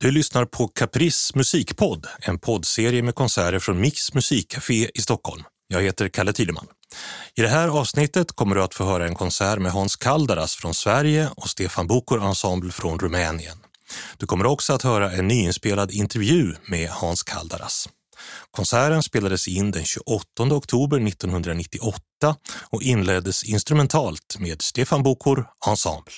Du lyssnar på Caprice musikpodd, en poddserie med konserter från Mix musikcafé i Stockholm. Jag heter Kalle Tideman. I det här avsnittet kommer du att få höra en konsert med Hans Kaldaras från Sverige och Stefan Bucur Ensemble från Rumänien. Du kommer också att höra en nyinspelad intervju med Hans Kaldaras. Konserten spelades in den 28 oktober 1998 och inleddes instrumentalt med Stefan Bucur Ensemble.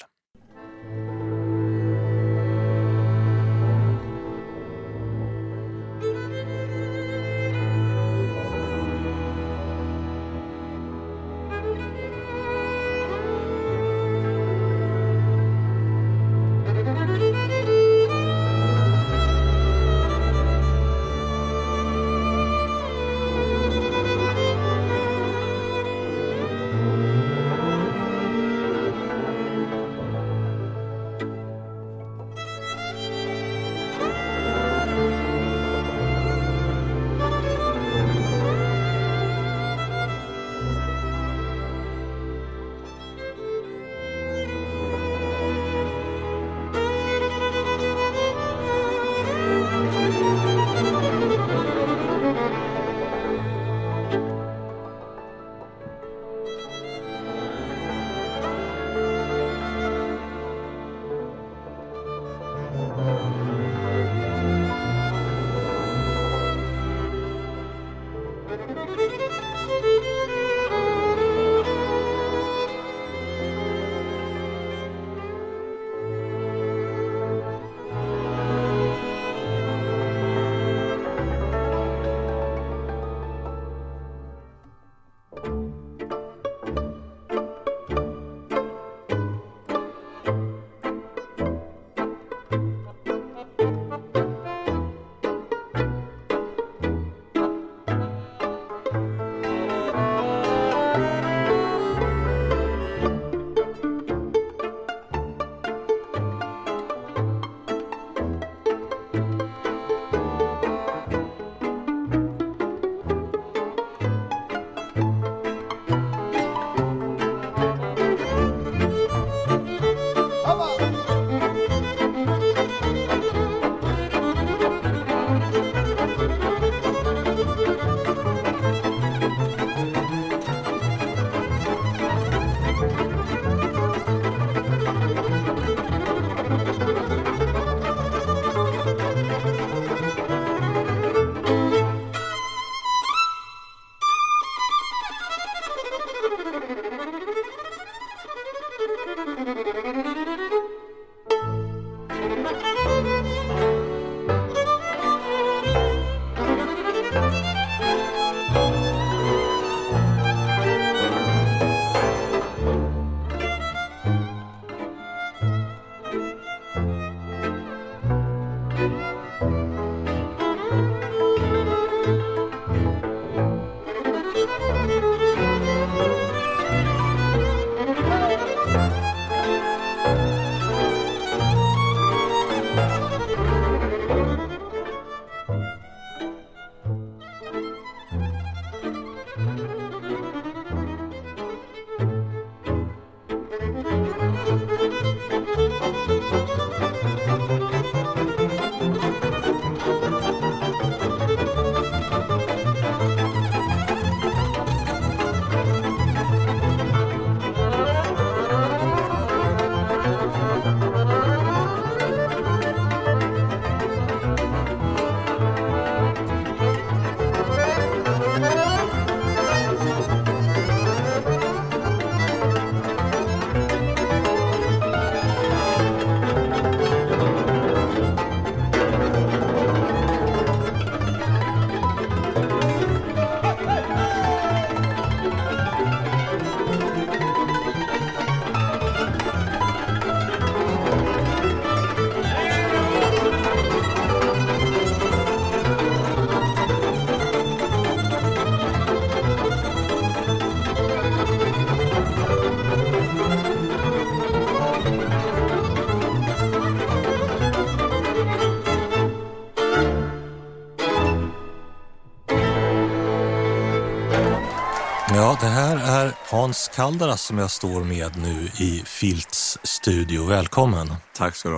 Ja, det här är Hans Kaldaras som jag står med nu i Filts studio. Välkommen. Tack så du ha.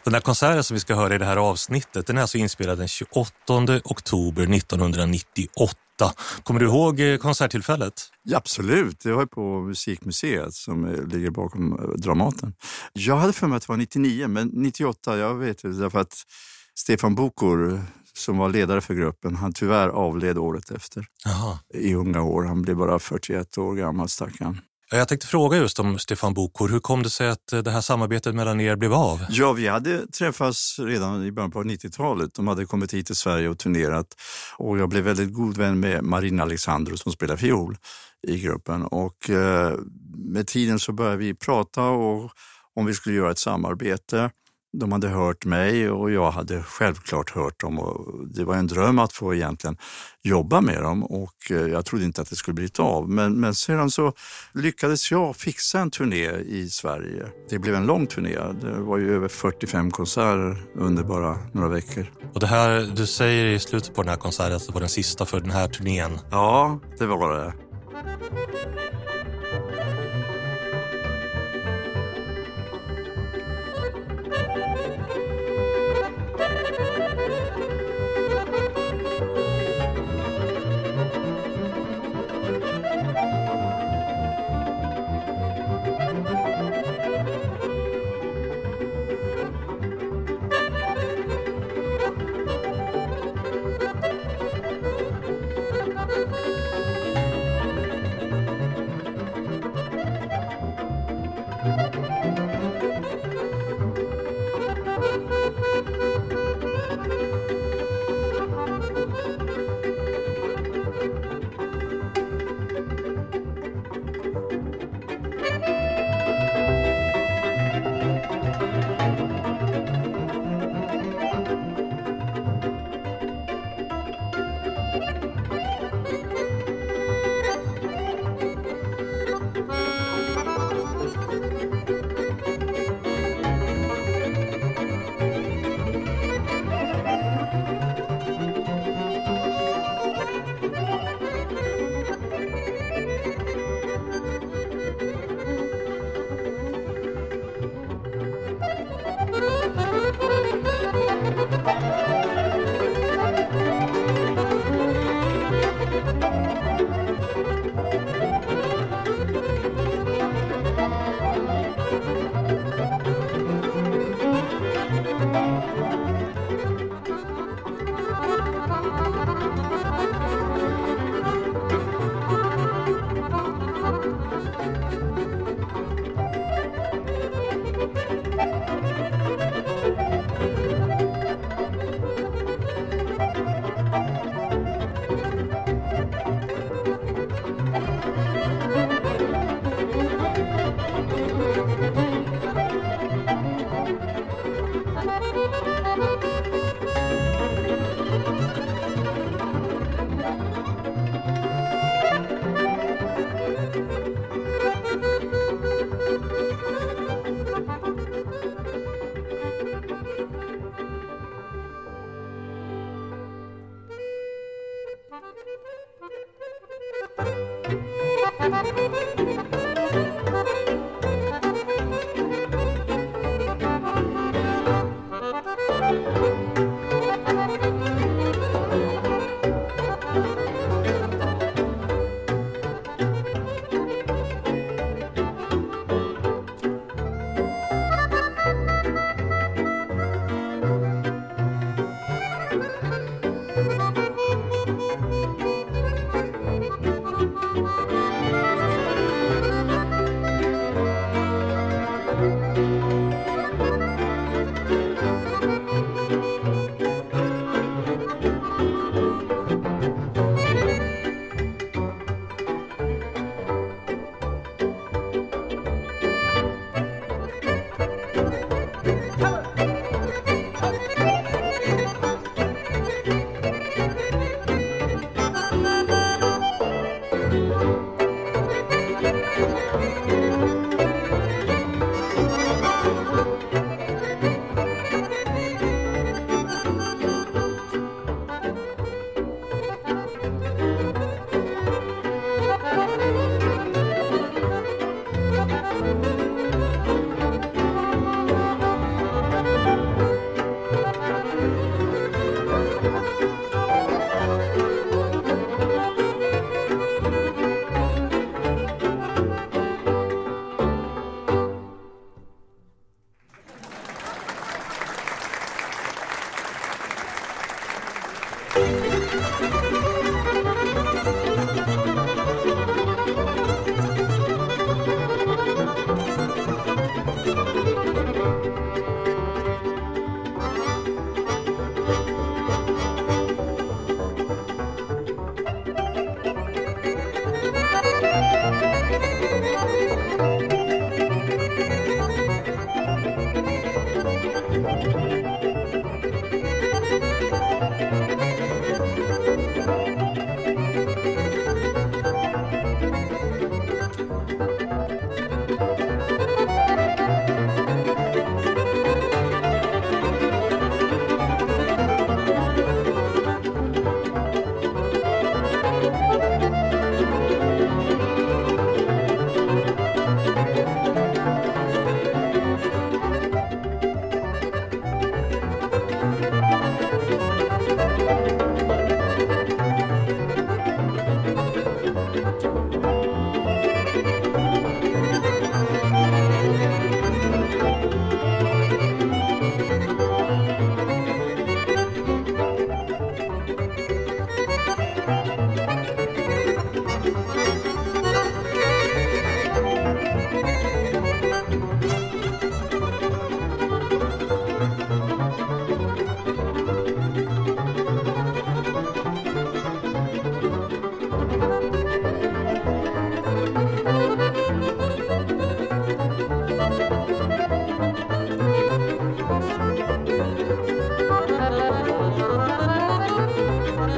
Den här konserten som vi ska höra i det här avsnittet, den är alltså inspelad den 28 oktober 1998. Kommer du ihåg konserttillfället? Ja, absolut, det var på Musikmuseet som ligger bakom Dramaten. Jag hade för mig att det var 99, men 98, jag vet det, därför att Stefan Bokor som var ledare för gruppen, han tyvärr avled året efter. Aha. I unga år, han blev bara 41 år gammal, stackarn. Jag tänkte fråga just om Stefan Bokor. Hur kom det sig att det här samarbetet mellan er blev av? Ja, vi hade träffats redan i början på 90-talet. De hade kommit hit till Sverige och turnerat. Och jag blev väldigt god vän med Marina Alexandru som spelar fiol i gruppen. Och med tiden så började vi prata om vi skulle göra ett samarbete. De hade hört mig och jag hade självklart hört dem. Och det var en dröm att få egentligen jobba med dem och jag trodde inte att det skulle bli av. Men sedan så lyckades jag fixa en turné i Sverige. Det blev en lång turné. Det var ju över 45 konserter under bara några veckor. Och det här, du säger i slutet på den här konserten att det var den sista för den här turnén. Ja, det var det.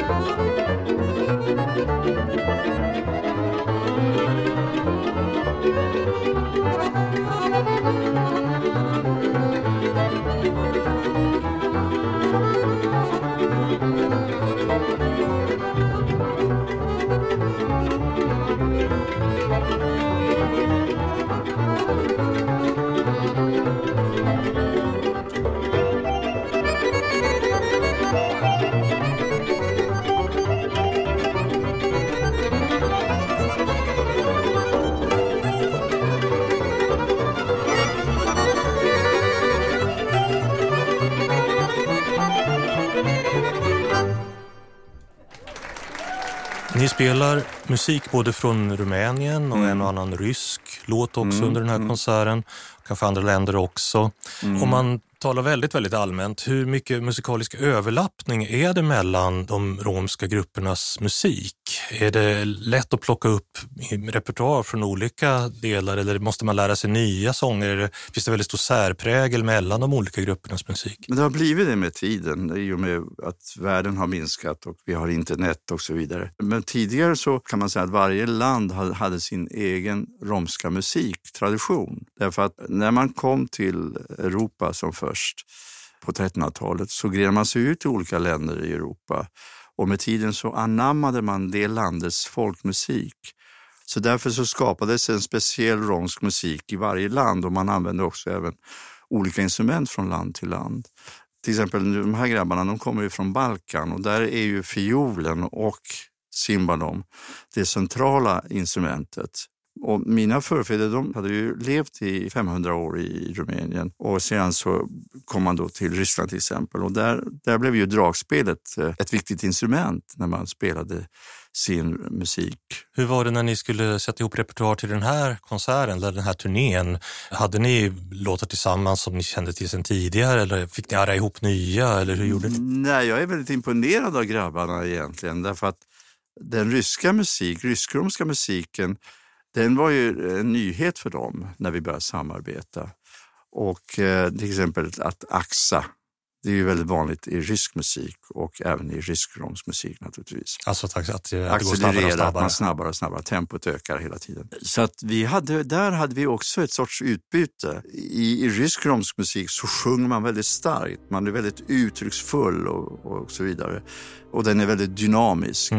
Ni spelar musik både från Rumänien och en och annan rysk låt också under den här konserten. Kanske andra länder också. Om man talar väldigt, väldigt allmänt, hur mycket musikalisk överlappning är det mellan de romska gruppernas musik? Är det lätt att plocka upp repertoar från olika delar eller måste man lära sig nya sånger? Finns det väldigt stor särprägel mellan de olika gruppernas musik? Men det har blivit det med tiden, i och med att världen har minskat och vi har internet och så vidare. Men tidigare så kan man säga att varje land hade sin egen romska musiktradition. Därför att när man kom till Europa som först på 1300-talet så gled man sig ut i olika länder i Europa. Och med tiden så anammade man det landets folkmusik. Så därför så skapades en speciell romsk musik i varje land och man använde också även olika instrument från land till land. Till exempel de här grabbarna, de kommer ju från Balkan och där är ju fiolen och cimbalom det centrala instrumentet. Och mina förfäder, de hade ju levt i 500 år i Rumänien och sedan så kom man då till Ryssland till exempel. Och där blev ju dragspelet ett viktigt instrument när man spelade sin musik. Hur var det när ni skulle sätta ihop repertoar till den här konserten eller den här turnén? Hade ni låtar tillsammans som ni kände till sedan tidigare eller fick ni arra ihop nya eller hur gjorde ni? Nej, jag är väldigt imponerad av grabbarna egentligen därför att den rysk-romska musiken, den var ju en nyhet för dem när vi började samarbeta. Och till exempel att axa, det är ju väldigt vanligt i rysk musik och även i rysk-romsk musik naturligtvis. Alltså att det accelerera, går snabbare och snabbare. Att man snabbare och snabbare, tempot ökar hela tiden. Så att där hade vi också ett sorts utbyte. I rysk-romsk musik så sjunger man väldigt starkt, man är väldigt uttrycksfull och så vidare. Och den är väldigt dynamisk,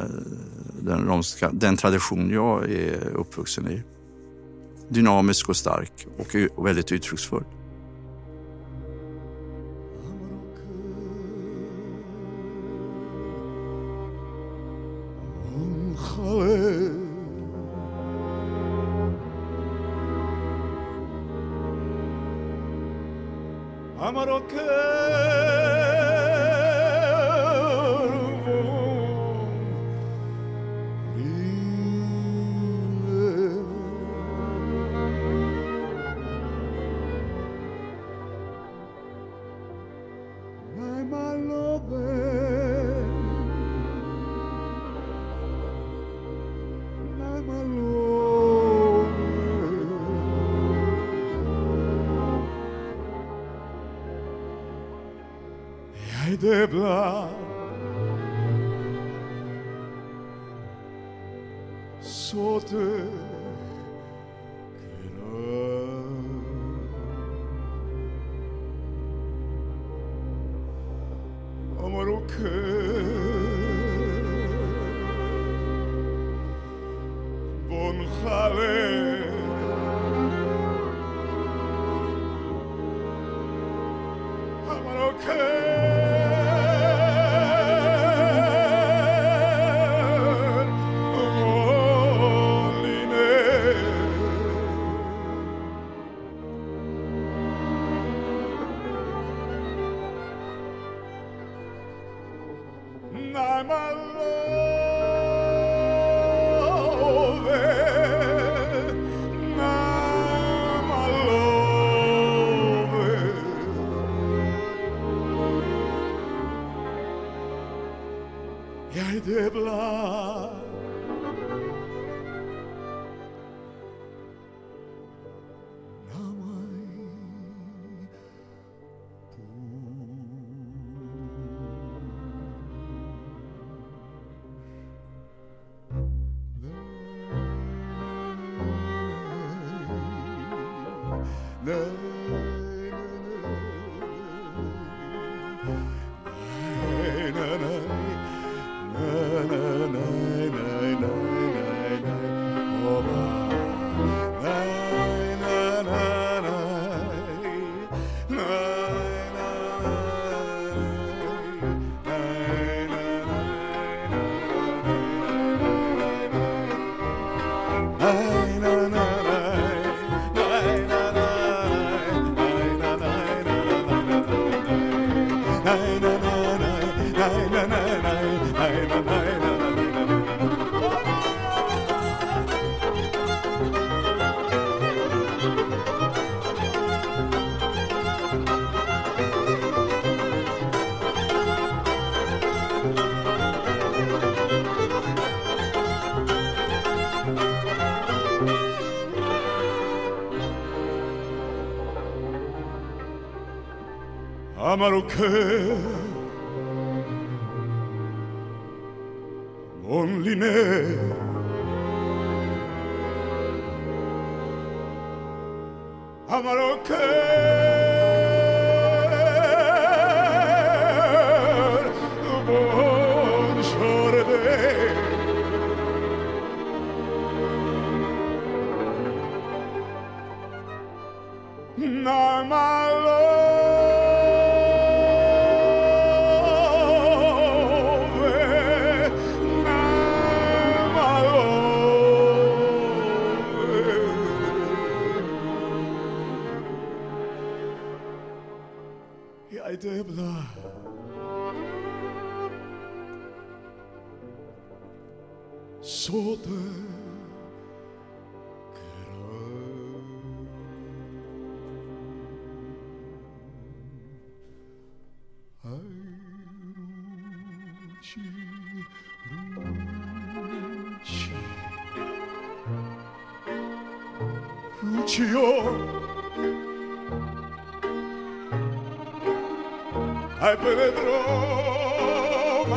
den tradition jag är uppvuxen i. Dynamisk och stark och väldigt uttrycksfull. Debla sote amaroke bon khale amaroke amaro che mon linee amaro che Debla sote Lucio ai Pedro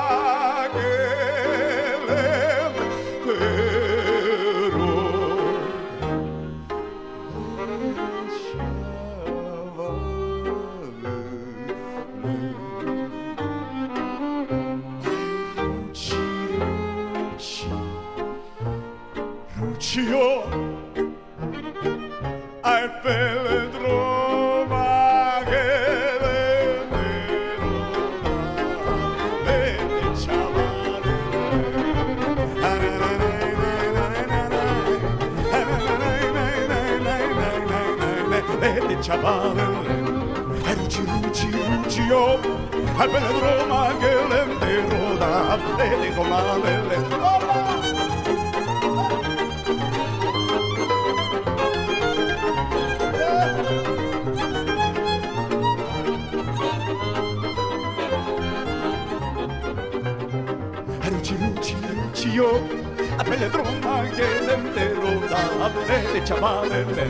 Magellan pero Lucio ai Pedro Rucio al Pedro Magellan de Roda de Comadele Rucio a Pedro Magellan de Roda de Chavalele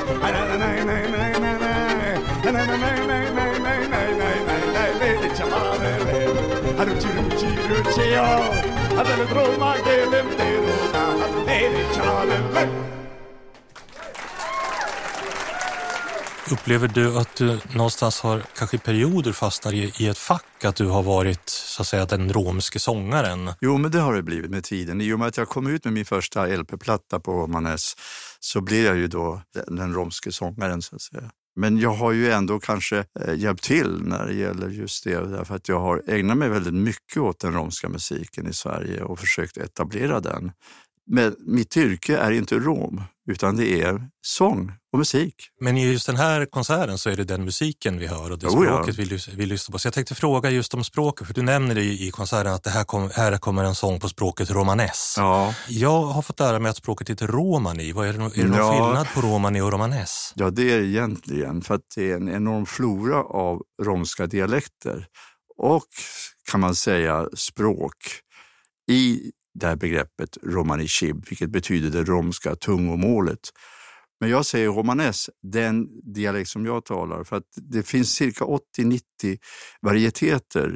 Upplever du att du någonstans har kanske i perioder fastnar i ett fack, att du har varit så att säga den romske sångaren? Jo, men det har det blivit med tiden. I och med att jag kom ut med min första LP-platta på Romanes så blev jag ju då den romske sångaren så att säga. Men jag har ju ändå kanske hjälpt till när det gäller just det. Därför att jag har ägnat mig väldigt mycket åt den romska musiken i Sverige och försökt etablera den. Men mitt yrke är inte rom, utan det är sång och musik. Men i just den här konserten så är det den musiken vi hör och det språket vi lyssnar på. Så jag tänkte fråga just om språket, för du nämner det i konserten att här kommer en sång på språket romanes. Ja. Jag har fått lära mig att språket heter romani. Är det någon skillnad på romani och romanes? Ja, det är det egentligen, för att det är en enorm flora av romska dialekter och kan man säga språk i det här begreppet romani chib, vilket betyder det romska tungomålet. Men jag säger romanes, den dialekt som jag talar, för att det finns cirka 80-90 varieteter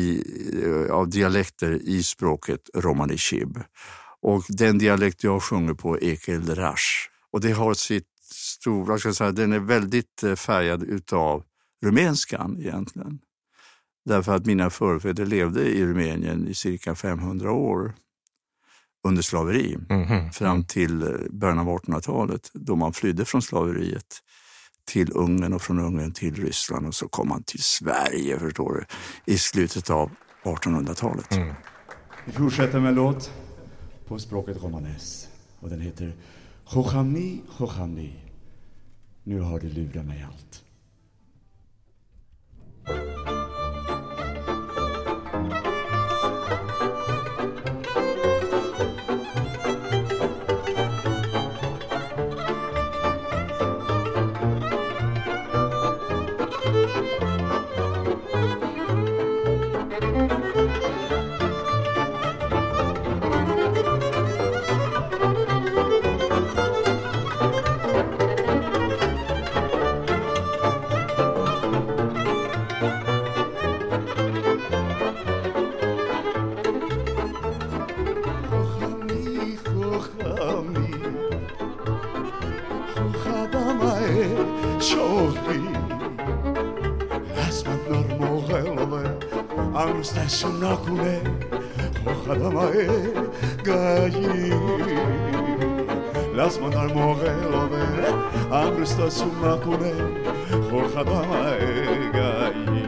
av dialekter i språket romani chib. Och den dialekt jag sjunger på är Ekeldrash. Och det har sitt stora, jag ska säga, den är väldigt färgad utav rumenskan egentligen. Därför att mina förfäder levde i Rumänien i cirka 500 år under slaveri fram till början av 1800-talet då man flydde från slaveriet till Ungern och från Ungern till Ryssland och så kom man till Sverige, förstår du, i slutet av 1800-talet. Vi fortsätter med en låt på språket romanes och den heter Chochamni, Chochamni. Nu har du lurat mig allt. čohy. Las mandar mohelove, angsta su nakune, hohadama e gaji. Las mandar mohelove, angsta su nakune, hohadama e gaji.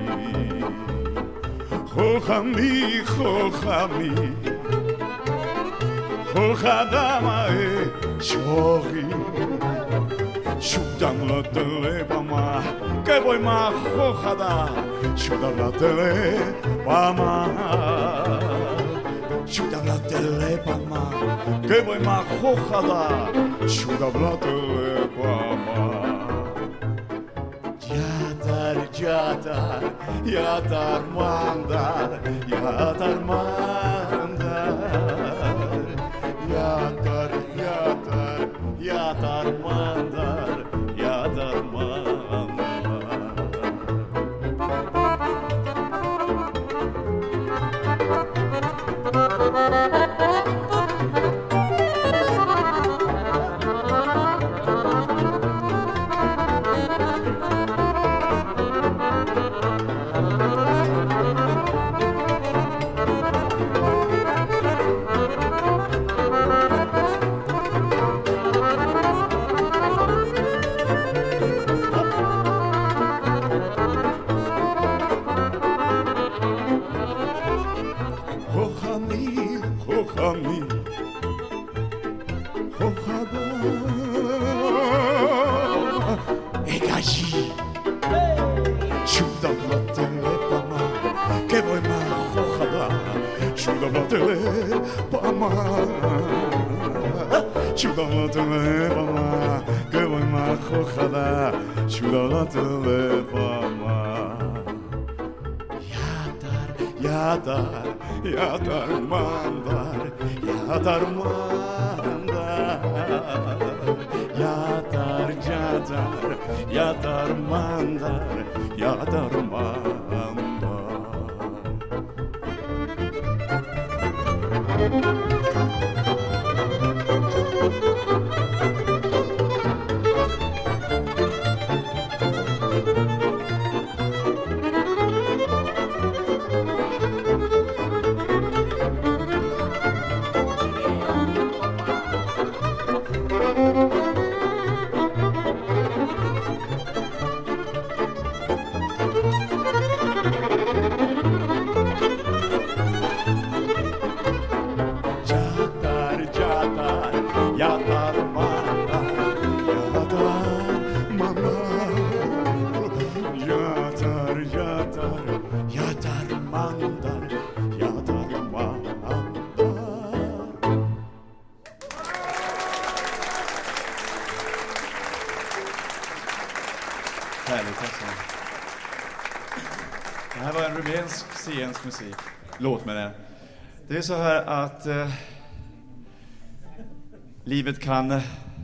Hohami, hohami, hohadama e chohi. Shudam la telepama, que voy más hojada. Shudam la telepama, shudam la telepama, que voy más hojada. Shudam la telepama. Yatar, yatar, yatar mandar, yatar mandar, yatar, yatar, yatar mandar, yatar mandar. Yatar, yatar mandar, yatar mandar, yatar, yatar, yatar mandar, yatar mandar. Det här var en rumänsk zigensk musik. Låt med det. Det är så här att livet kan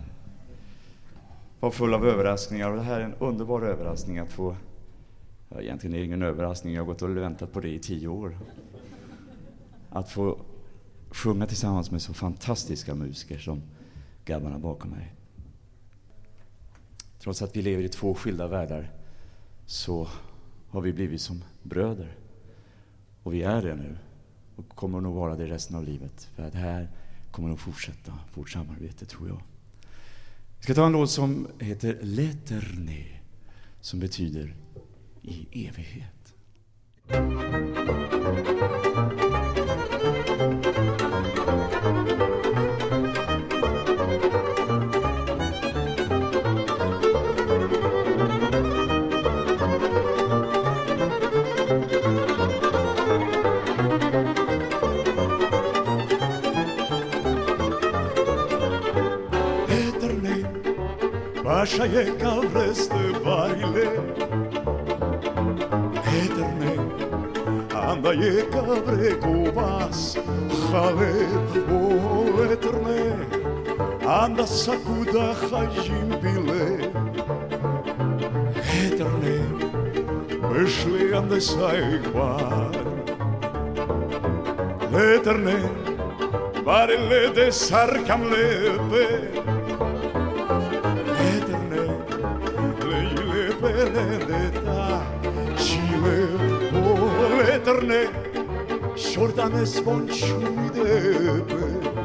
vara full av överraskningar. Och det här är en underbar överraskning att få. Ja, egentligen är det ingen överraskning. Jag har gått och väntat på det i 10 år. Att få sjunga tillsammans med så fantastiska musiker som grabbarna bakom mig. Trots att vi lever i 2 skilda världar så har vi blivit som bröder. Och vi är det nu. Och kommer nog vara det resten av livet. För att här kommer att fortsätta vårt samarbete, tror jag. Vi ska ta en låt som heter L'éternel, som betyder i evighet. Așa e ca vreți de baile Eterne Anda e ca vre cu vas Hale o eterne Anda sacuda hajimbile Eterne Myśli ande saigbar Eterne Barele de sarcam lebe l'éternel, Jordan svon čudepe,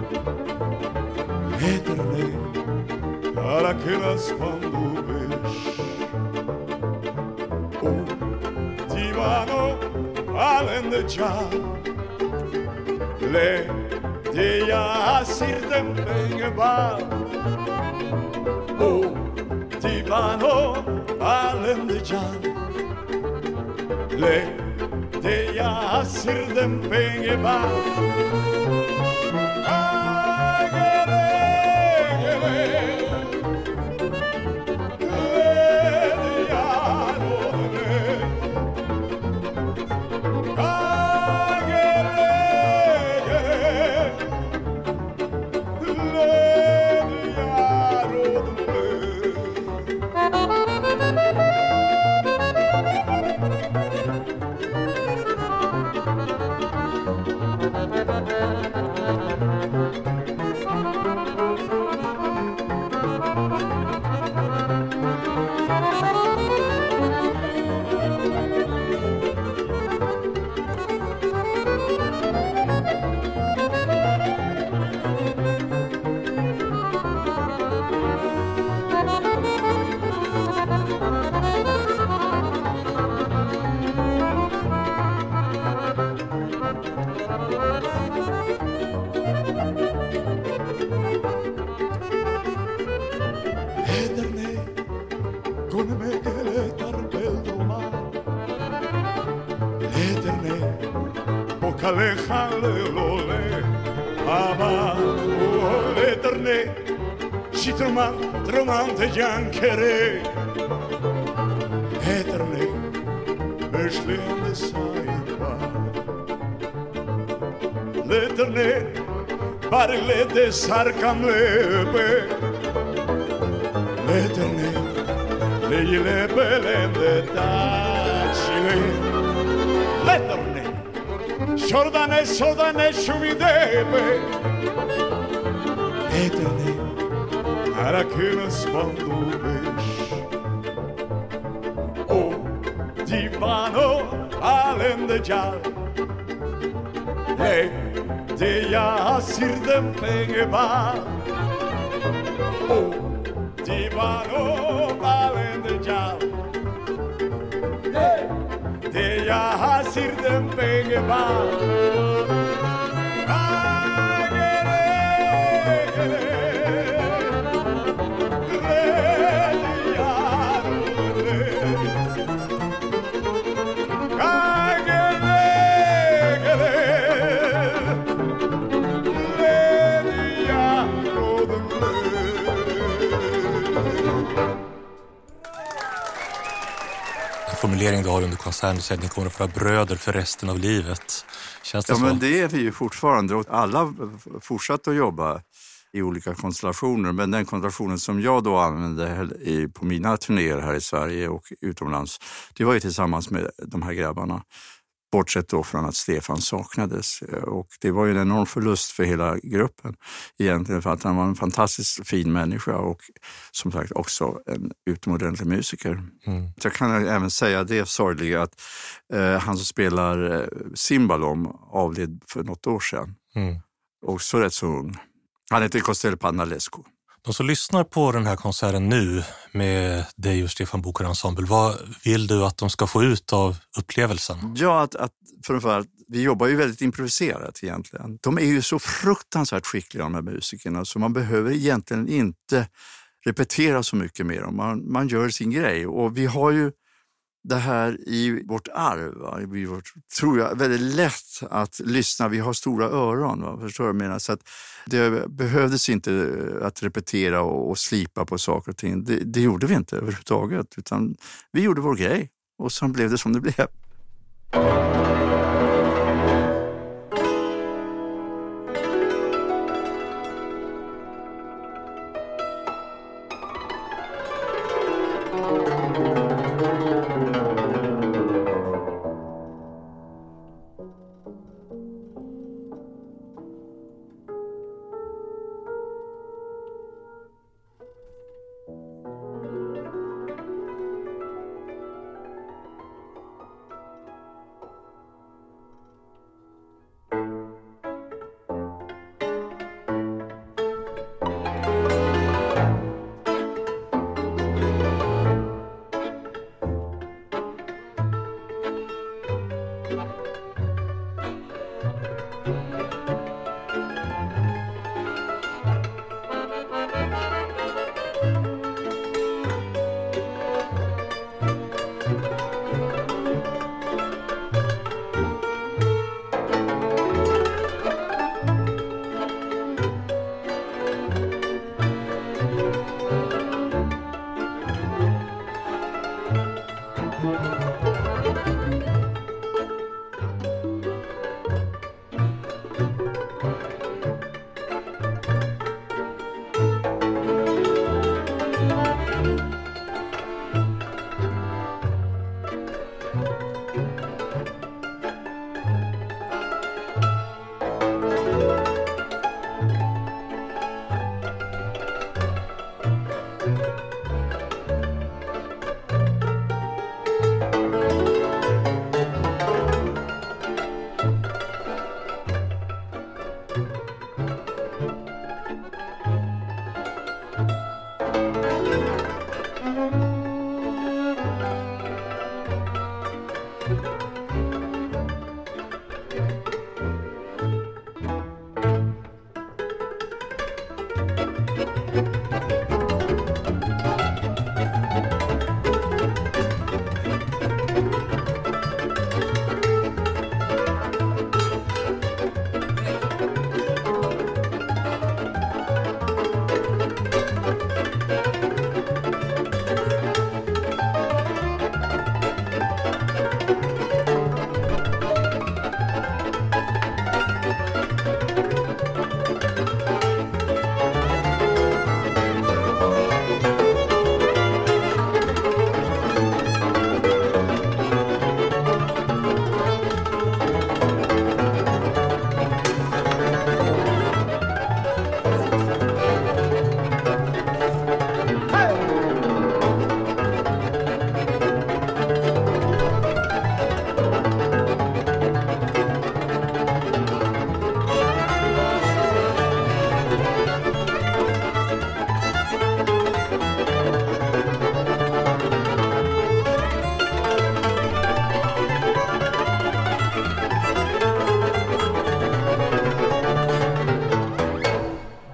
l'éternel, alla che la spandu veš. O divano alendeggia, le dia sirtem pengeba. O divano alendeggia, le dia sirtem pengeba. Tromante jankere eterne beslende saiba l'eterne parlete sarkam lepe l'eterne le belende tachile l'eterne Jordane shumidepe eterne ara che la spandu veš. O divano alendeggia, e dia sirdem pengeba. O divano alendeggia, e dia sirdem pengeba. Formulering du har under konserten så att ni kommer att vara bröder för resten av livet. Känns det så? Men det är vi ju fortfarande. Och alla fortsatte att jobba i olika konstellationer. Men den konstellationen som jag då använde på mina turnéer här i Sverige och utomlands, det var ju tillsammans med de här grabbarna. Bortsett då från att Stefan saknades. Och det var ju en enorm förlust för hela gruppen. Egentligen för att han var en fantastiskt fin människa och som sagt också en utomordentlig musiker. Mm. Så jag kan även säga det sorgliga att han som spelar Cimbalom avled för något år sedan. Mm. Och så rätt så ung. Han heter Costello Panalescu. De som lyssnar på den här konserten nu med dig och Stefan Bokar Ensemble, vad vill du att de ska få ut av upplevelsen? Ja, att framförallt, vi jobbar ju väldigt improviserat egentligen. De är ju så fruktansvärt skickliga de här musikerna så man behöver egentligen inte repetera så mycket med dem. Man gör sin grej och vi har ju det här i vårt arv. Va? Tror jag, väldigt lätt att lyssna. Vi har stora öron, va? Förstår du vad jag menar? Så att det behövdes inte att repetera och slipa på saker och ting. Det gjorde vi inte överhuvudtaget. Utan vi gjorde vår grej och så blev det som det blev.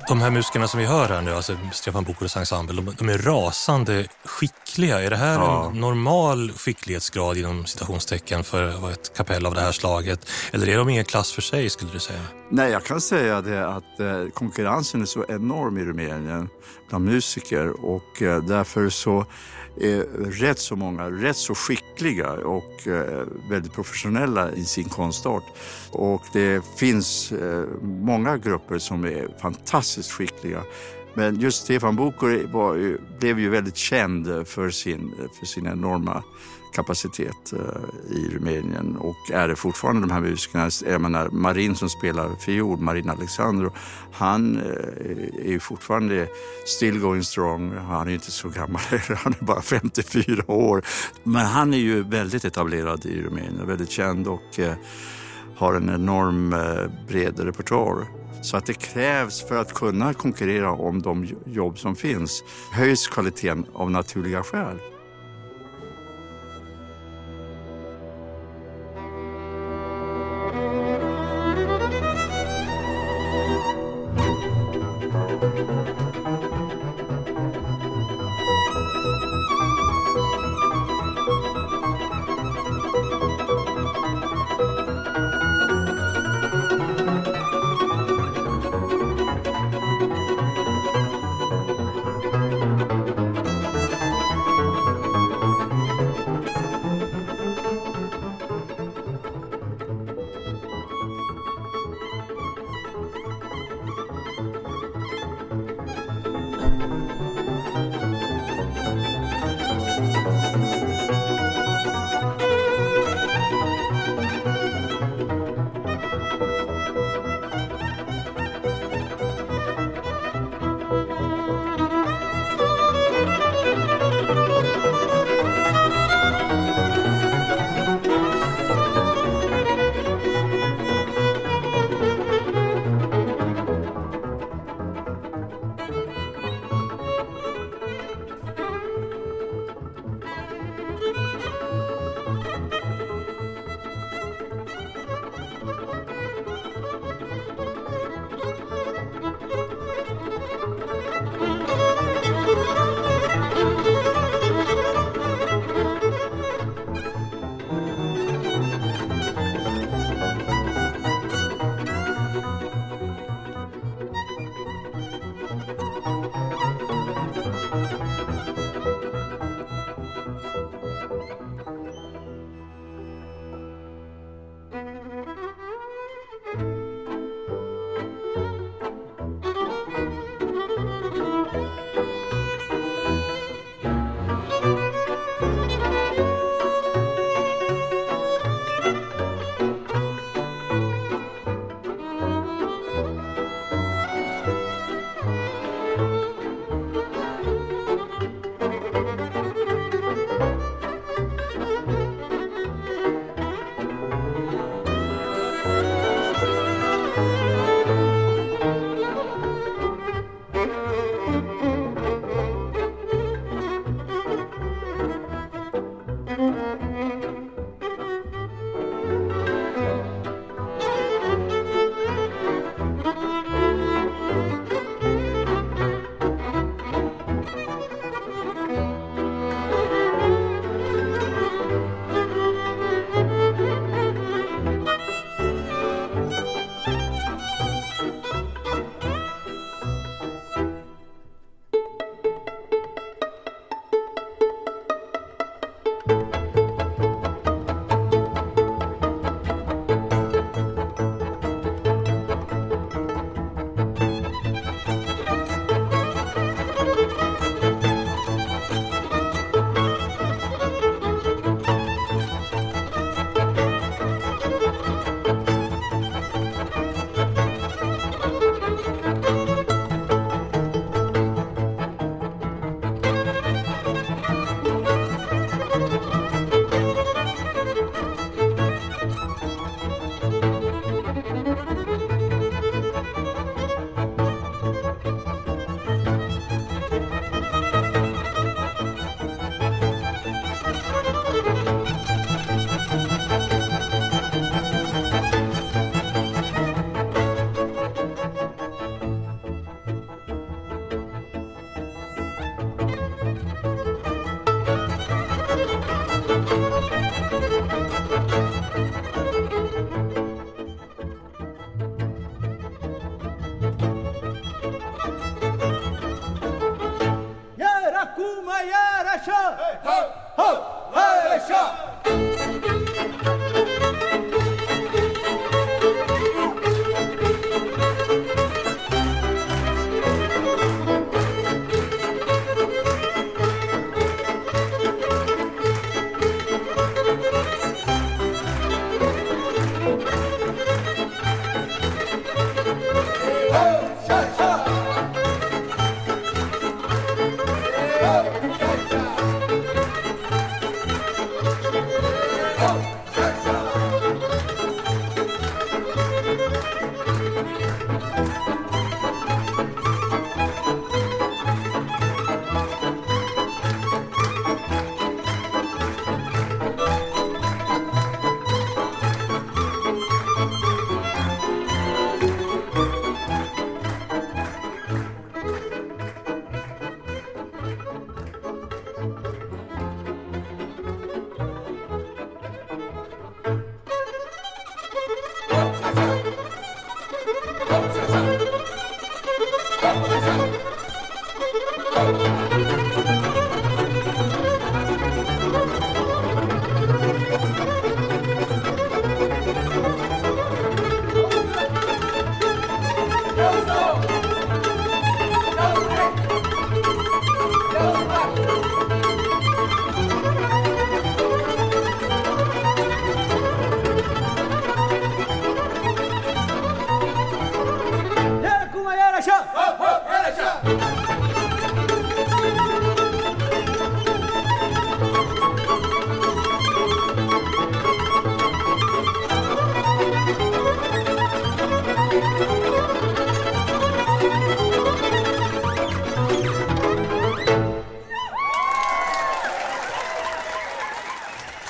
De här musikerna som vi hör här nu, alltså Stefan Bokoros ensemble, de är rasande skickliga. Är det här en normal skicklighetsgrad inom citationstecken för ett kapell av det här slaget? Eller är de i en klass för sig, skulle du säga? Nej, jag kan säga det att konkurrensen är så enorm i Rumänien bland musiker, och därför så är rätt så många rätt så skickliga och väldigt professionella i sin konstart. Och det finns många grupper som är fantastiskt skickliga. Men just Stefan Bukor blev ju väldigt känd för sin enorma kapacitet i Rumänien, och är det fortfarande de här musikerna. Jag menar, Marin som spelar fiol, Marin Alexandru, han är ju fortfarande still going strong. Han är inte så gammal, han är bara 54 år. Men han är ju väldigt etablerad i Rumänien, väldigt känd, och har en enorm bred repertoar. Så att det krävs, för att kunna konkurrera om de jobb som finns, höjs kvaliteten av naturliga skäl.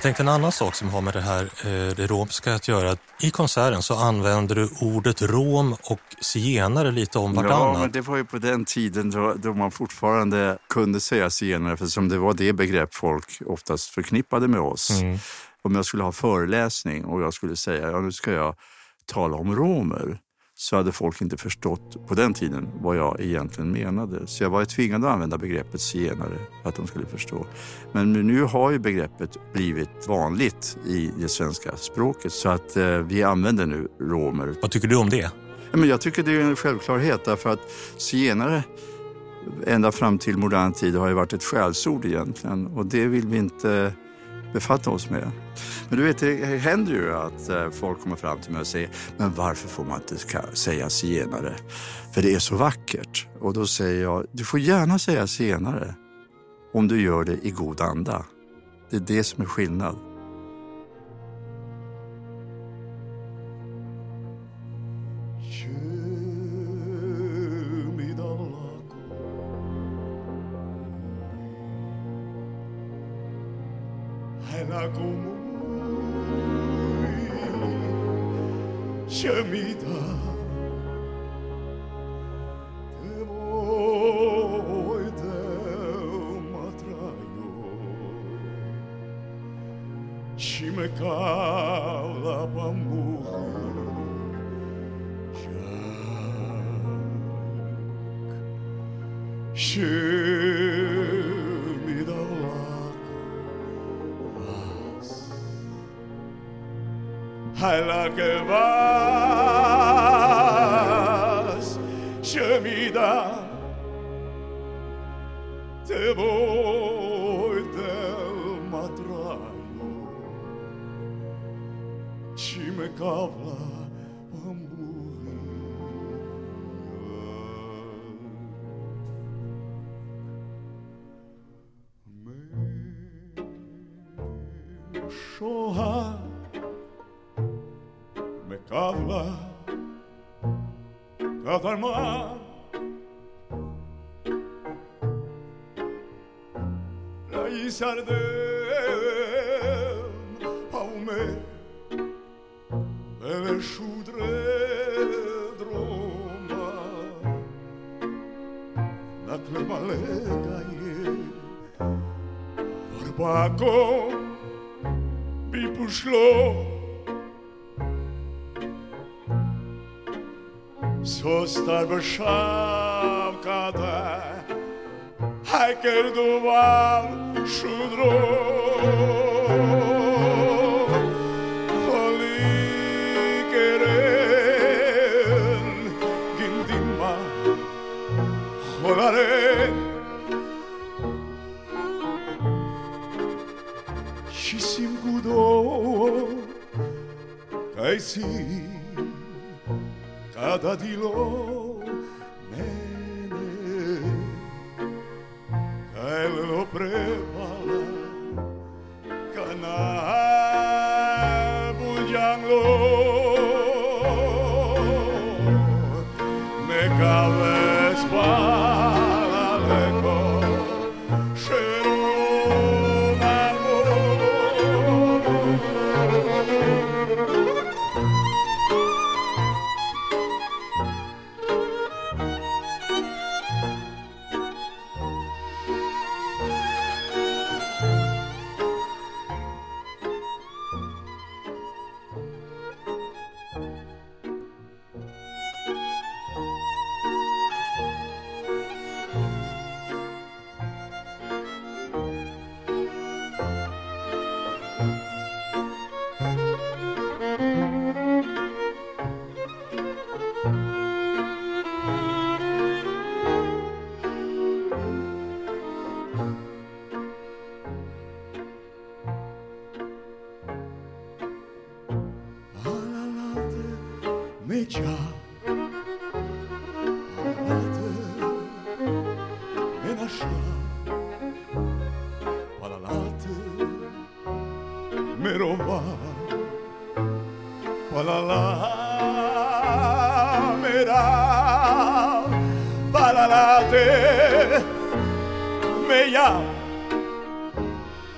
tänkte en annan sak som har med det här det romska att göra. I konserten så använder du ordet rom och zigenare lite om vartannat. Ja, men det var ju på den tiden då man fortfarande kunde säga zigenare, för som det var det begrepp folk oftast förknippade med oss. Om jag skulle ha föreläsning och jag skulle säga, ja nu ska jag tala om romer, så hade folk inte förstått på den tiden vad jag egentligen menade. Så jag var tvingad att använda begreppet zigenare för att de skulle förstå. Men nu har ju begreppet blivit vanligt i det svenska språket, så att vi använder nu romer. Vad tycker du om det? Ja, men jag tycker det är en självklarhet, därför att zigenare ända fram till modern tid har ju varit ett skällsord egentligen, och det vill vi inte befatta oss med. Men du vet, det händer ju att folk kommer fram till mig och säger, men varför får man inte säga zigenare? För det är så vackert. Och då säger jag, du får gärna säga zigenare om du gör det i god anda. Det är det som är skillnad.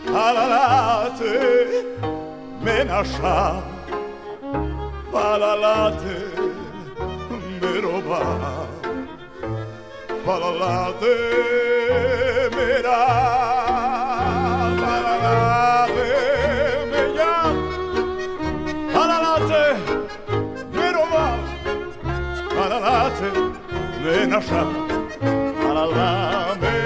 Palalate menasha Palalate meroba Palalate mera Palalate meya Palalate meroba Palalate menasha Palalate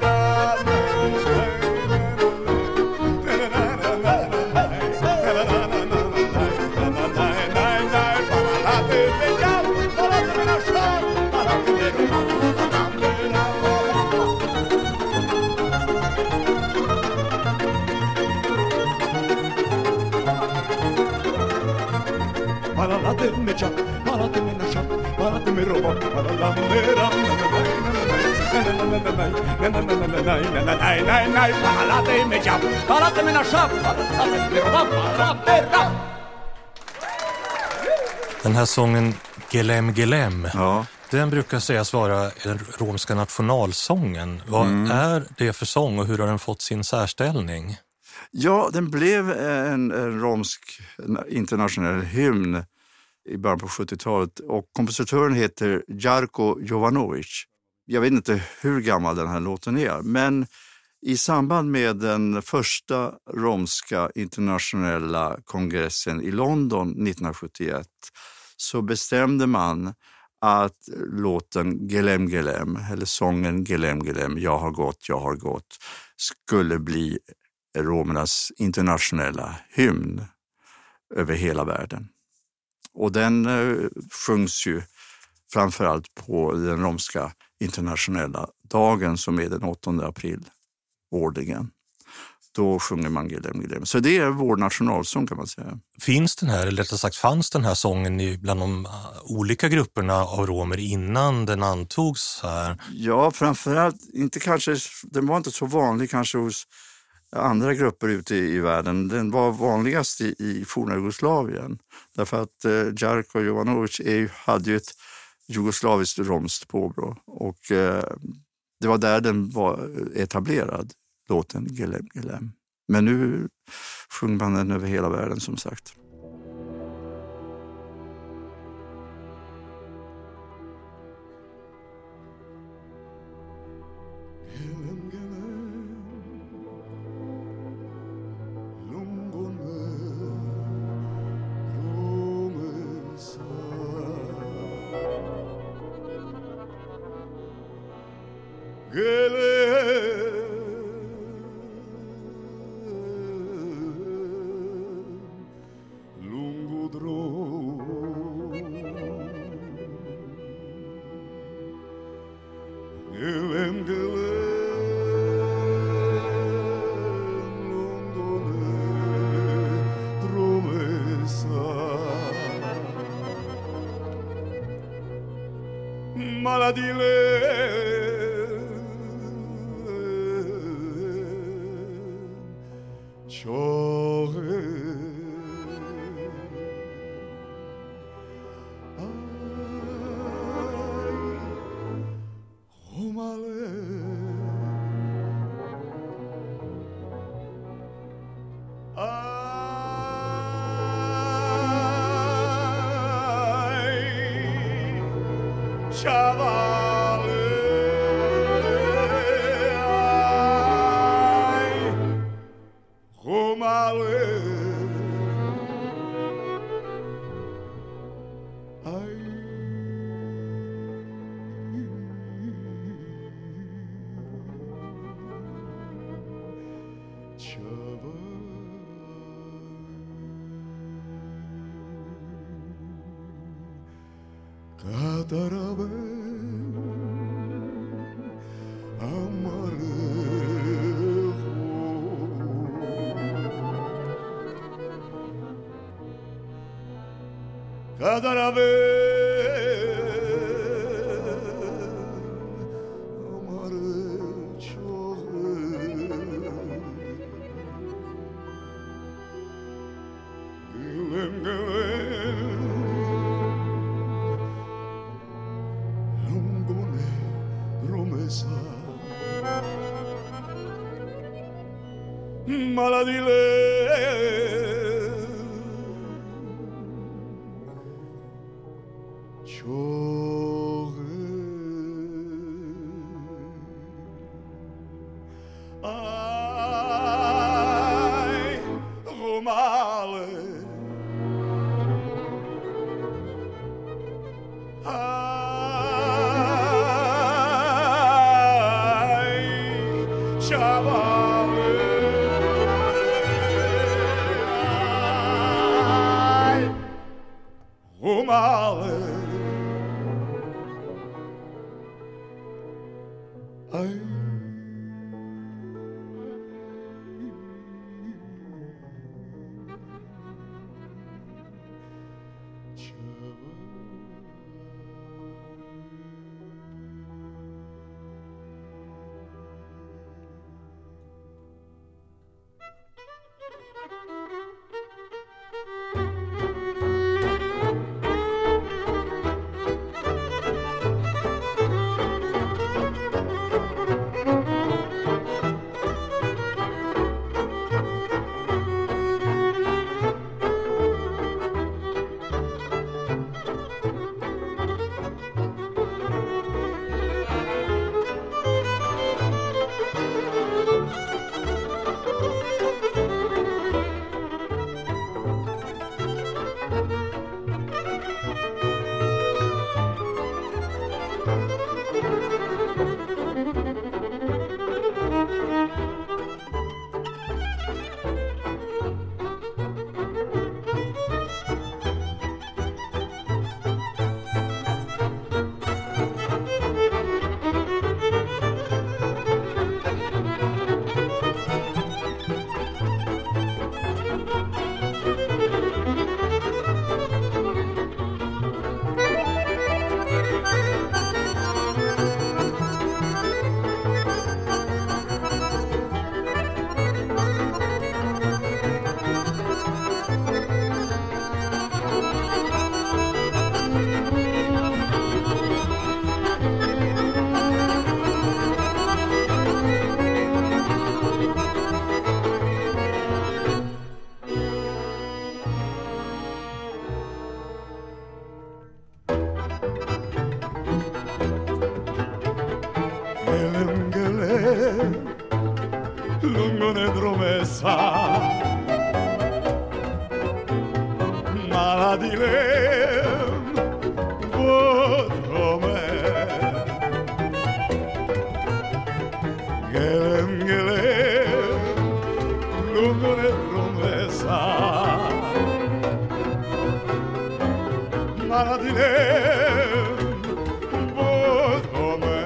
Palate me cha, palate me nasha, palate me roba, palate me Den här sången Gelem Gelem, Ja. den brukar sägas vara den romska nationalsången. Vad är det för sång och hur har den fått sin särställning? Ja, den blev en romsk internationell hymn i början på 70-talet och kompositören heter Jarko Jovanovic. Jag vet inte hur gammal den här låten är, men i samband med den första romska internationella kongressen i London 1971 så bestämde man att låten Gelem Gelem, eller sången Gelem Gelem, jag har gått, skulle bli romernas internationella hymn över hela världen. Och den sjungs ju framförallt på den romska internationella dagen som är den 8 april årligen. Då sjunger man Gelem Gelem. Så det är vår nationalsång kan man säga. Finns den här, eller rättare sagt fanns den här sången bland de olika grupperna av romer innan den antogs här? Ja, framförallt, den var inte så vanlig kanske hos andra grupper ute i världen. Den var vanligast i forna Jugoslavien. Därför att Jarko Jovanovic hade ju ett jugoslaviskt romskt påbrå. Och det var där den var etablerad, låten Gelem Gelem. Men nu sjunger man den över hela världen som sagt. lungo nedromesa maladilem bodrome gelem lungo nedromesa maladilem bodrome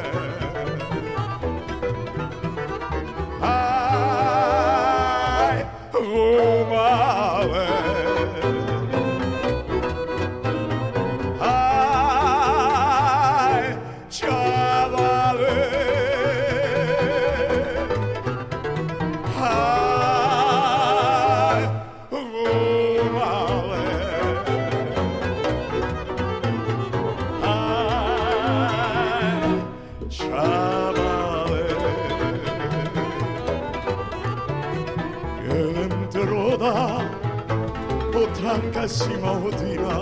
Romale Ai Chavale Ai Romale Ai Chavale Roda potranka sima hodina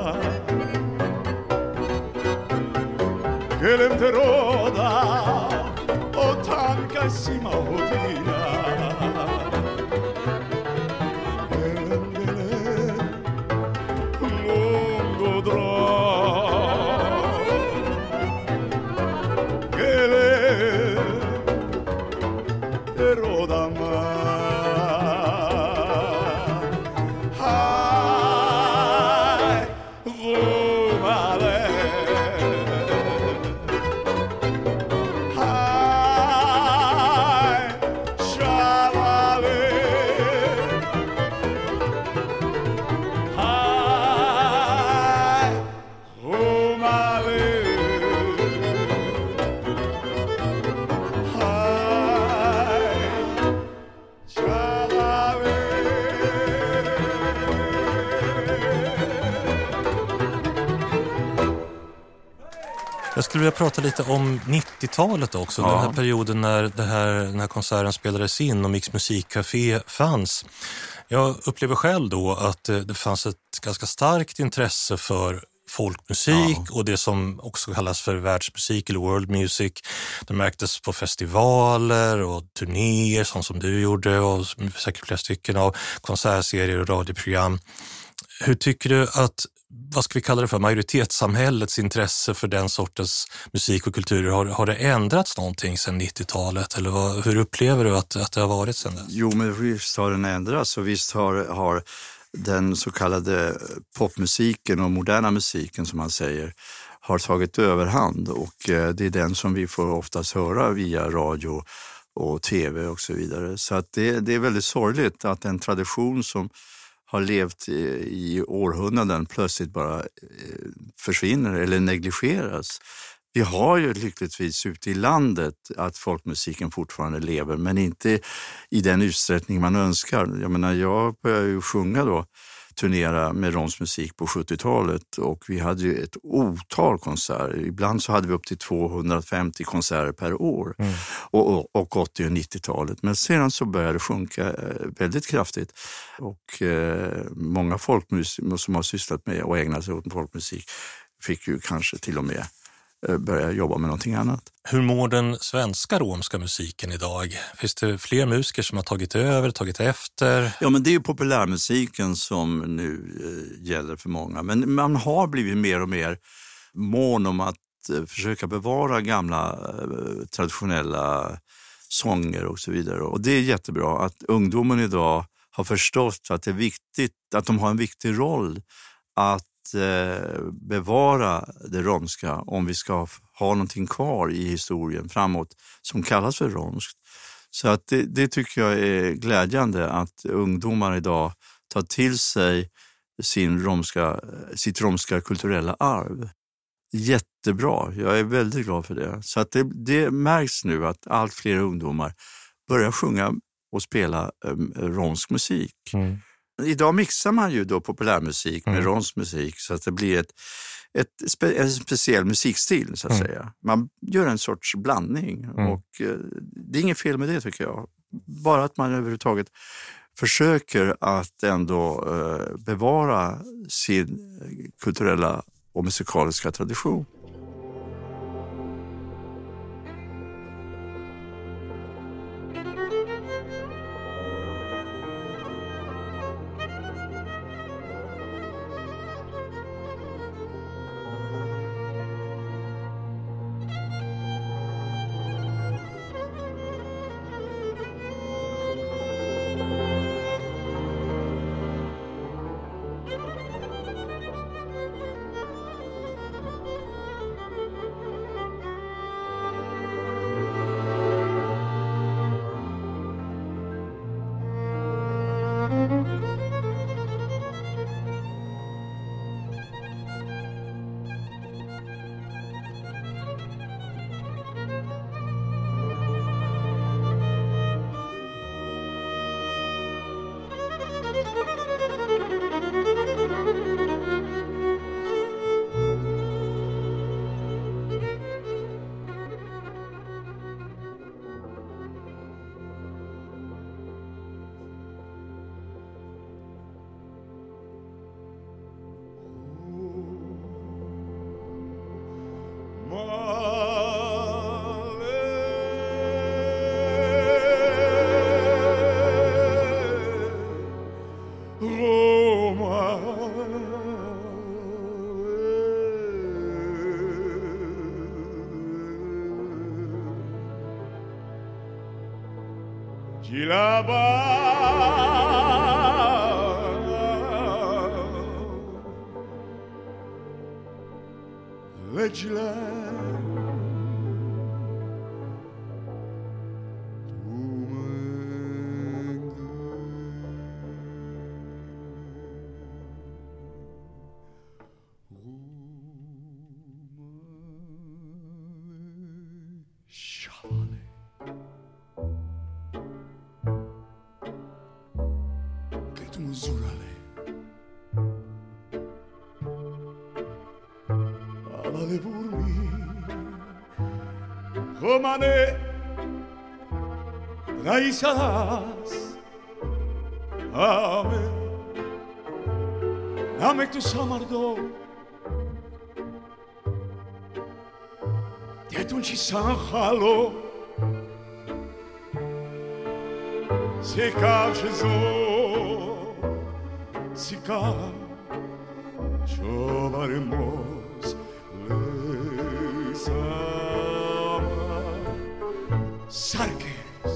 Gelem te roda potranka sima hodina Gelem lungo dro Gelem te roda ma Try Jag skulle vilja prata lite om 90-talet också. Ja. Den här perioden när den här konserten spelades in och Mix musikcafé fanns. Jag upplever själv då att det fanns ett ganska starkt intresse för folkmusik och det som också kallas för världsmusik eller world music. Det märktes på festivaler och turnéer som du gjorde och säkert flera stycken av konsertserier och radioprogram. Hur tycker du att, vad ska vi kalla det för, majoritetssamhällets intresse för den sortens musik och kultur, har det ändrats någonting sedan 90-talet eller hur upplever du att det har varit sedan dess? Jo, men visst har den ändrats och visst har den så kallade popmusiken och moderna musiken som man säger har tagit överhand och det är den som vi får oftast höra via radio och tv och så vidare. Så att det är väldigt sorgligt att en tradition som har levt i århundraden plötsligt bara försvinner eller negligeras. Vi har ju lyckligtvis ute i landet att folkmusiken fortfarande lever men inte i den utsträckning man önskar. Jag menar, jag började ju sjunga då, turnera med romsmusik på 70-talet och vi hade ju ett otal konserter. Ibland så hade vi upp till 250 konserter per år och 80- och 90-talet. Men sedan så började det sjunka väldigt kraftigt och många folkmusiker som har sysslat med och ägnat sig åt folkmusik fick ju kanske till och med börja jobba med någonting annat. Hur mår den svenska romska musiken idag? Finns det fler musiker som har tagit över, tagit efter? Ja, men det är ju populärmusiken som nu gäller för många. Men man har blivit mer och mer mån om att försöka bevara gamla traditionella sånger och så vidare. Och det är jättebra att ungdomen idag har förstått att det är viktigt, att de har en viktig roll att bevara det romska om vi ska ha någonting kvar i historien framåt som kallas för romskt. Så att det tycker jag är glädjande att ungdomar idag tar till sig sitt romska kulturella arv. Jättebra, jag är väldigt glad för det. Så att det märks nu att allt fler ungdomar börjar sjunga och spela romsk musik. Idag mixar man ju då populärmusik med romsk musik så att det blir en speciell musikstil så att säga. Man gör en sorts blandning och det är inget fel med det tycker jag. Bara att man överhuvudtaget försöker att ändå bevara sin kulturella och musikaliska tradition. Alle burmi 그만해 raíces amén dame tu samardo 대둔치 상할로 세카시소 시카 조바르모스 레사마 sarques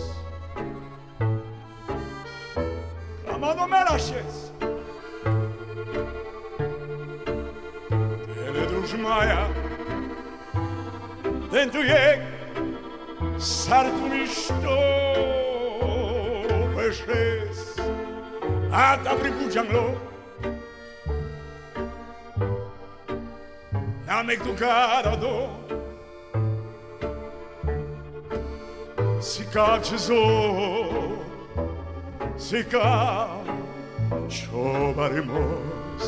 clamado meraches teledrujmaya dentujek sartumisto peshes atabribujanglo namek tu carado Sikachzo Sika Chobaremos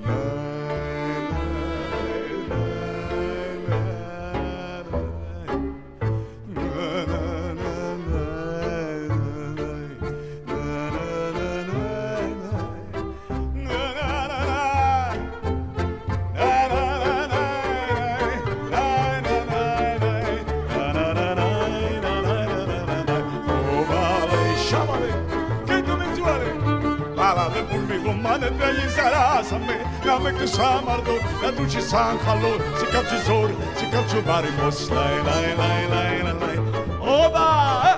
Namek tu samardo, la duci sankhalo, sikapchizor, sikapchubarimos, lai lai lai lai lai. Oba!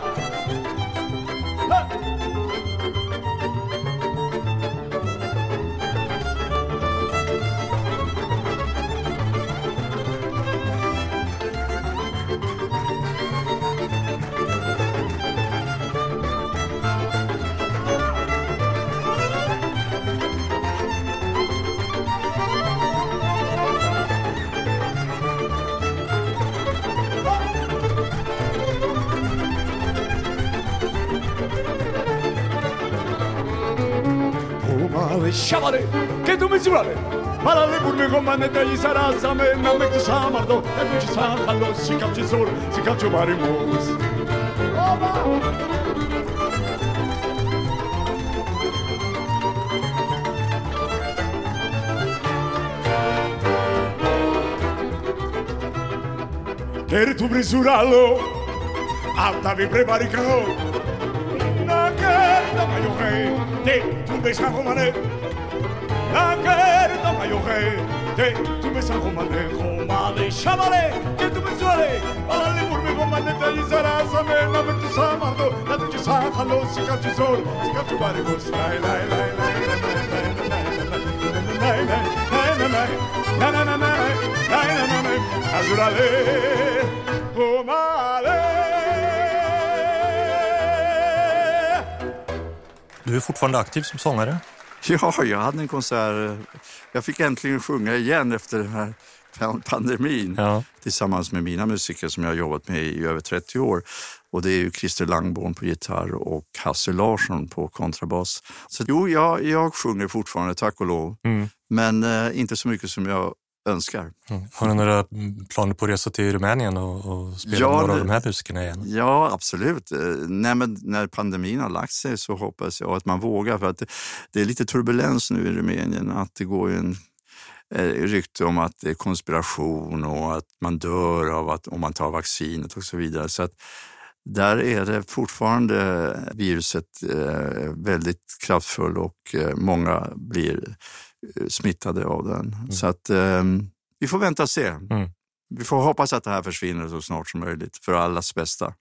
Shavare, che tu mi giurare, ma la lepurme comandante gli sarà same, non me tu samardo, e tu ci sanno, si capci solo, si capci marimos. Che tu brisuralo, alta vi preparicano, na che da maio te tu besas romane la guerra mayo te tu besas romane romane chamale que tu besole ala le por me comande te izara same na me tu samardo la tu sa khalo sikachizor sikachubare bos lai lai lai lai lai azurale romale. Du är fortfarande aktiv som sångare? Ja, jag hade en konsert. Jag fick äntligen sjunga igen efter den här pandemin. Ja. Tillsammans med mina musiker som jag har jobbat med i över 30 år. Och det är ju Christer Langborn på gitarr och Hasse Larsson på kontrabas. Så jo, jag sjunger fortfarande, tack och lov. Mm. Men inte så mycket som jag önskar. Mm. Har du några planer på att resa till Rumänien och spela några av de här musikerna igen? Ja, absolut. När pandemin har lagt sig så hoppas jag att man vågar. För att det är lite turbulens nu i Rumänien. Att det går ju en rykte om att det är konspiration och att man dör av om man tar vaccinet och så vidare. Så att där är det fortfarande viruset väldigt kraftfull och många blir smittade av den. Mm. Så att vi får vänta och se. Mm. Vi får hoppas att det här försvinner så snart som möjligt för allas bästa.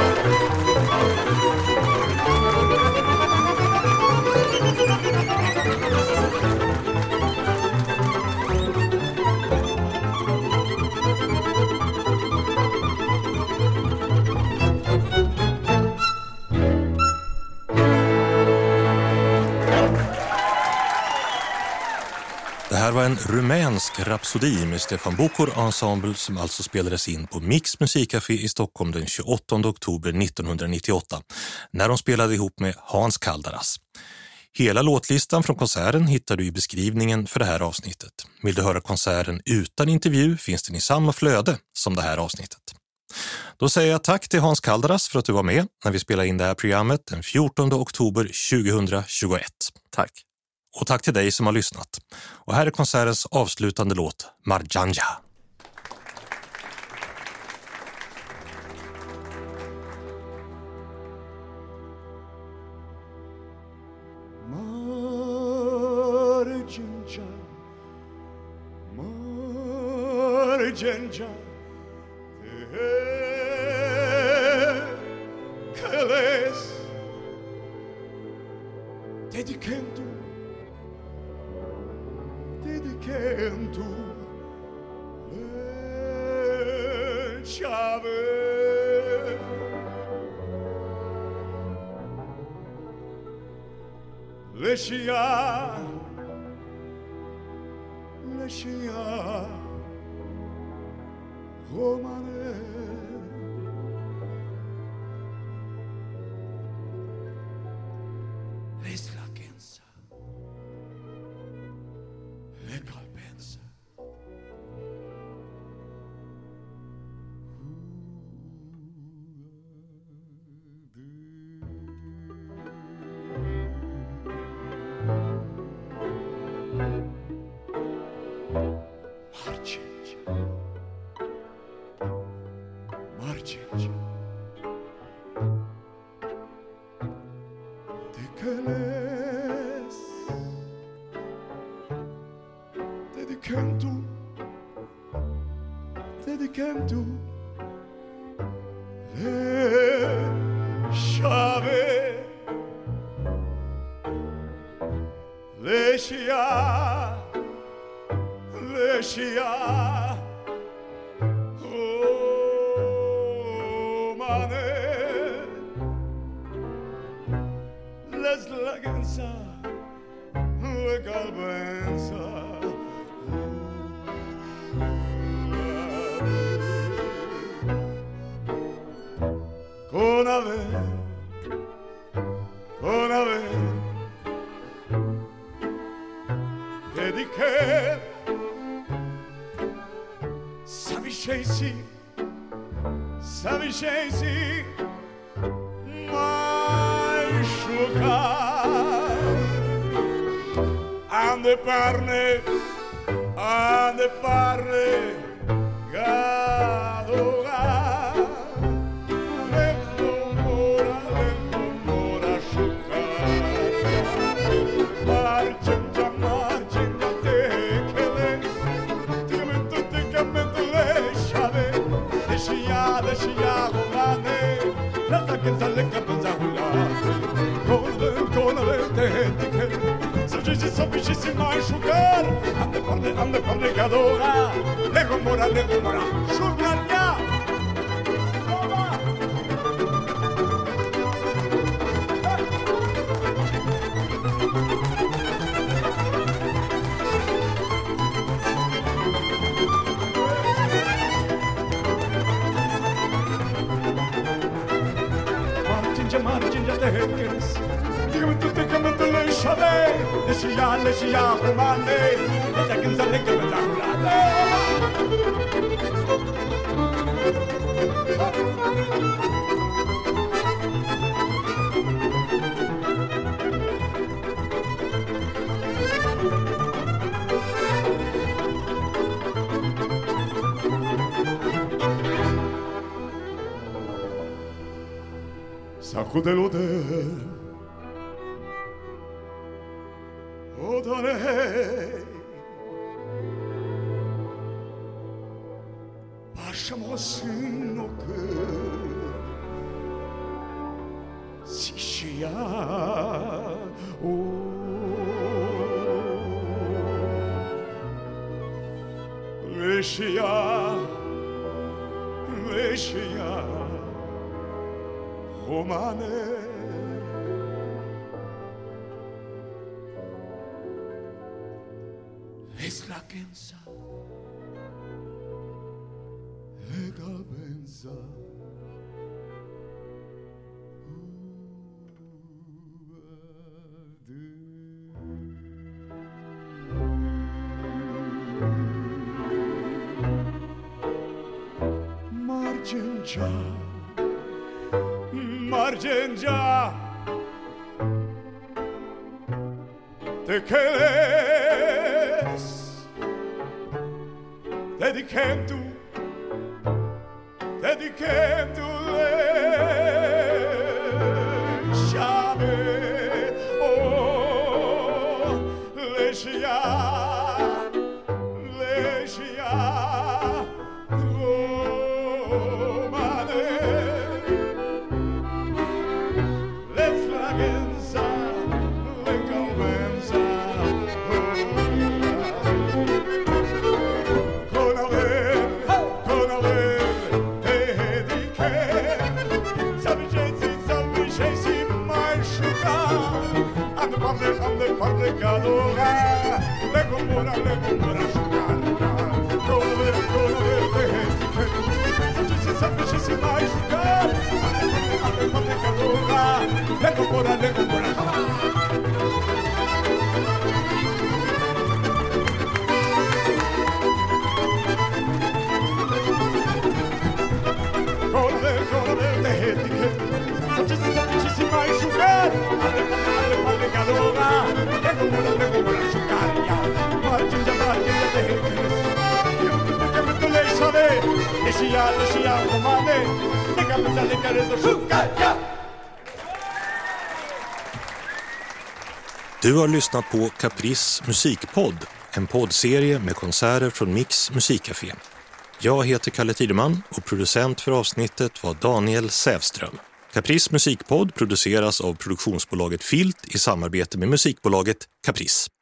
Det här var en rumänsk rapsodi med Stefan Bucur Ensemble som alltså spelades in på Mix musikcafé i Stockholm den 28 oktober 1998 när de spelade ihop med Hans Kaldaras. Hela låtlistan från konserten hittar du i beskrivningen för det här avsnittet. Vill du höra konserten utan intervju finns den i samma flöde som det här avsnittet. Då säger jag tack till Hans Kaldaras för att du var med när vi spelade in det här programmet den 14 oktober 2021. Tack. Och tack till dig som har lyssnat. Och här är konsertens avslutande låt, Marjanja. Marjanja, Marjanja, dedicando le chave le shia romane l'eslagenza le calpensa Marchenja te queres dedicando le chave le shia romane l'eslagenza le calvenza con ave dediche Saviscensi mai sciucar ande parne gadoga lejos mora sciucar marchenja te queles te camento le chave de shia romane la taquenza le capenza hulate con le dediche Saviscensi mai sciucar ande parne gadoga lejos mora sciucar ya Marchenja te queres te camento le chave le shia romane la taquenza le capenza hulate Sacudelo de odore Pasciamo sino che Sishia, Leshia, Leshia, Romane. Eslakensa, Egalbensa. Margenja, te quedes, dediquem-tu, deixa-me, oh, deixa, Du har lyssnat på Caprice musikpodd, en poddserie med konserter från Mix musikcafé. Jag heter Kalle Tideman och producent för avsnittet var Daniel Sävström. Caprice musikpodd produceras av produktionsbolaget Filt i samarbete med musikbolaget Caprice.